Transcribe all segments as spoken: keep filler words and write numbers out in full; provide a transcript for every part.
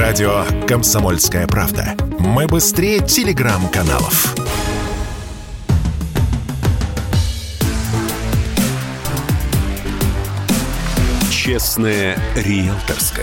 Радио «Комсомольская правда». Мы быстрее телеграм-каналов. Честное риэлторское.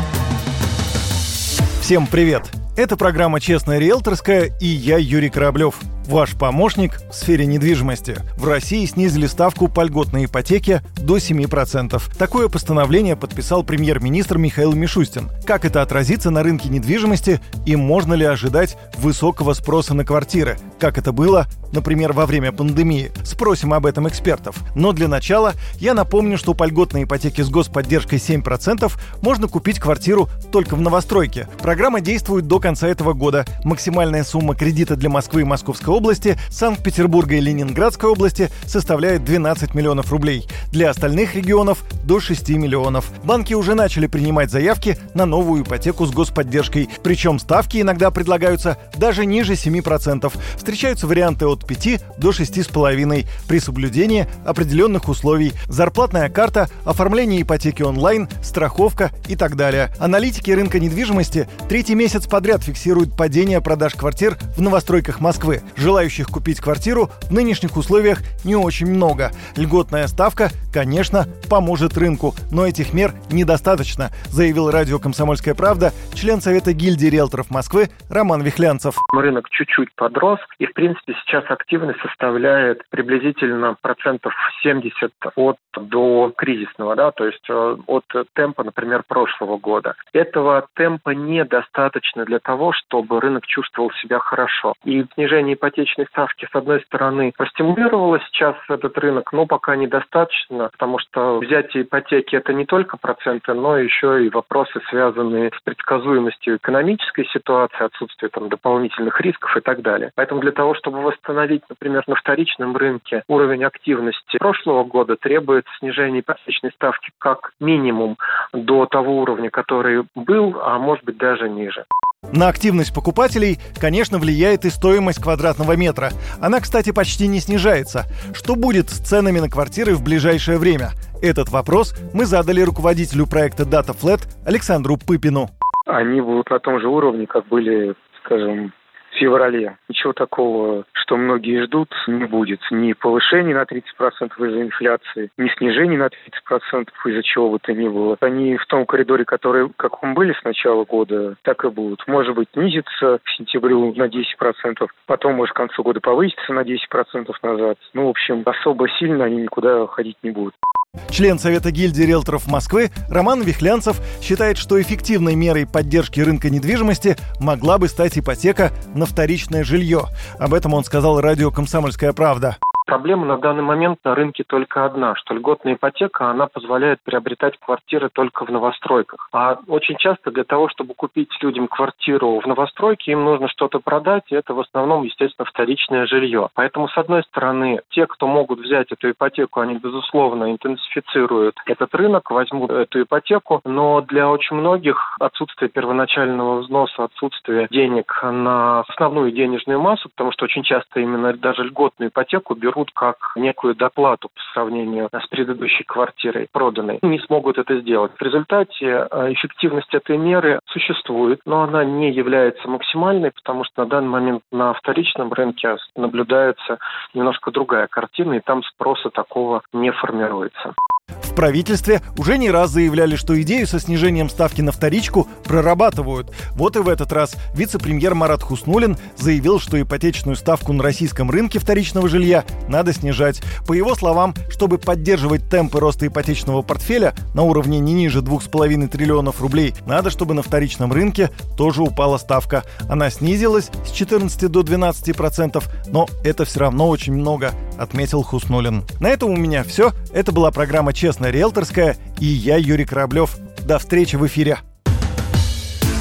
Всем привет! Это программа «Честная риэлторская» и я, Юрий Кораблев, ваш помощник в сфере недвижимости. В России снизили ставку по льготной ипотеке до семь процентов. Такое постановление подписал премьер-министр Михаил Мишустин. Как это отразится на рынке недвижимости и можно ли ожидать высокого спроса на квартиры? Как это было, например, во время пандемии? Спросим об этом экспертов. Но для начала я напомню, что по льготной ипотеке с господдержкой семь процентов можно купить квартиру только в новостройке. Программа действует до конца этого года. Максимальная сумма кредита для Москвы и Московской области, Санкт-Петербурга и Ленинградской области составляет двенадцать миллионов рублей. Для остальных регионов – до шести миллионов. Банки уже начали принимать заявки на новую ипотеку с господдержкой. Причем ставки иногда предлагаются даже ниже семи процентов. Встречаются варианты от пяти до шести с половиной при соблюдении определенных условий. Зарплатная карта, оформление ипотеки онлайн, страховка и так далее. Аналитики рынка недвижимости третий месяц подряд фиксируют падение продаж квартир в новостройках Москвы. Желающих купить квартиру в нынешних условиях не очень много. Льготная ставка, конечно, поможет рынку, но этих мер недостаточно, заявил радио «Комсомольская правда» член Совета гильдии риэлторов Москвы Роман Вихлянцев. Рынок чуть-чуть подрос, и, в принципе, сейчас активность составляет приблизительно процентов семьдесят от до кризисного, да, то есть от темпа, например, прошлого года. Этого темпа недостаточно для того, чтобы рынок чувствовал себя хорошо. И снижение ипотечной ставки, с одной стороны, простимулировало сейчас этот рынок, но пока недостаточно, потому что взятие ипотеки – это не только проценты, но еще и вопросы, связанные с предсказуемостью экономической ситуации, отсутствие там дополнительных рисков и так далее. Поэтому для того, чтобы восстановить, например, на вторичном рынке уровень активности прошлого года, требуется снижение ипотечной ставки как минимум до того уровня, который был, а может быть даже ниже. На активность покупателей, конечно, влияет и стоимость квадратного метра. Она, кстати, почти не снижается. Что будет с ценами на квартиры в ближайшее время? Этот вопрос мы задали руководителю проекта DataFlat Александру Пыпину. Они будут на том же уровне, как были, скажем, в феврале. Ничего такого, что многие ждут, не будет. Ни повышений на тридцать процентов из-за инфляции, ни снижений на тридцать процентов из-за чего бы то ни было. Они в том коридоре, который, как мы были с начала года, так и будут. Может быть, снизится к сентябрю на десять процентов, потом, может, к концу года повысится на десять процентов назад. Ну, в общем, особо сильно они никуда ходить не будут. Член Совета гильдии риэлторов Москвы Роман Вихлянцев считает, что эффективной мерой поддержки рынка недвижимости могла бы стать ипотека на вторичное жилье. Об этом он сказал радио «Комсомольская правда». Проблема на данный момент на рынке только одна, что льготная ипотека, она позволяет приобретать квартиры только в новостройках. А очень часто для того, чтобы купить людям квартиру в новостройке, им нужно что-то продать, и это в основном, естественно, вторичное жилье. Поэтому, с одной стороны, те, кто могут взять эту ипотеку, они, безусловно, интенсифицируют этот рынок, возьмут эту ипотеку, но для очень многих отсутствие первоначального взноса, отсутствие денег на основную денежную массу, потому что очень часто именно даже льготную ипотеку берут как некую доплату по сравнению с предыдущей квартирой проданной, не смогут это сделать. В результате эффективность этой меры существует, но она не является максимальной, потому что на данный момент на вторичном рынке наблюдается немножко другая картина, и там спроса такого не формируется. В правительстве уже не раз заявляли, что идею со снижением ставки на вторичку прорабатывают. Вот и в этот раз вице-премьер Марат Хуснуллин заявил, что ипотечную ставку на российском рынке вторичного жилья надо снижать. По его словам, чтобы поддерживать темпы роста ипотечного портфеля на уровне не ниже двух с половиной триллионов рублей, надо, чтобы на вторичном рынке тоже упала ставка. Она снизилась с четырнадцати до двенадцати процентов, но это все равно очень много, отметил Хуснуллин. На этом у меня все. Это была программа «Честная риэлторская» и я, Юрий Кораблев. До встречи в эфире.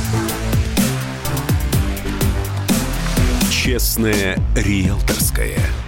Честная риэлторская.